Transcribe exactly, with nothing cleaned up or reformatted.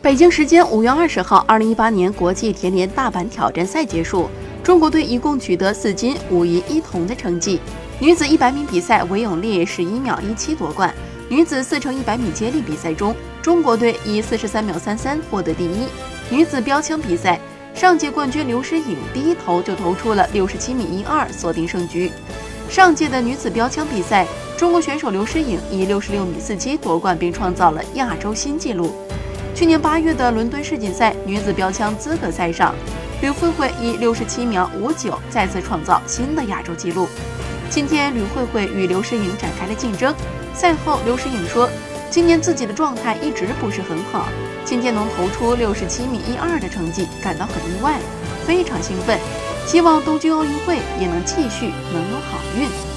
北京时间五月二十号，二零一八年国际田联大阪挑战赛结束，中国队一共取得四金五银一铜的成绩。女子一百米比赛，韦永丽十一秒一七夺冠。女子四乘一百米接力比赛中，中国队以四十三秒三三获得第一。女子标枪比赛，上届冠军刘诗颖第一投就投出了六十七米一二，锁定胜局。上届的女子标枪比赛，中国选手刘诗颖以六十六米四七夺冠，并创造了亚洲新纪录。去年八月的伦敦世锦赛女子标枪资格赛上，吕慧慧以六十七秒五九再次创造新的亚洲纪录。今天，吕慧慧与刘诗颖展开了竞争。赛后，刘诗颖说：“今年自己的状态一直不是很好，今天能投出六十七米一二的成绩，感到很意外，非常兴奋。希望东京奥运会也能继续能有好运。”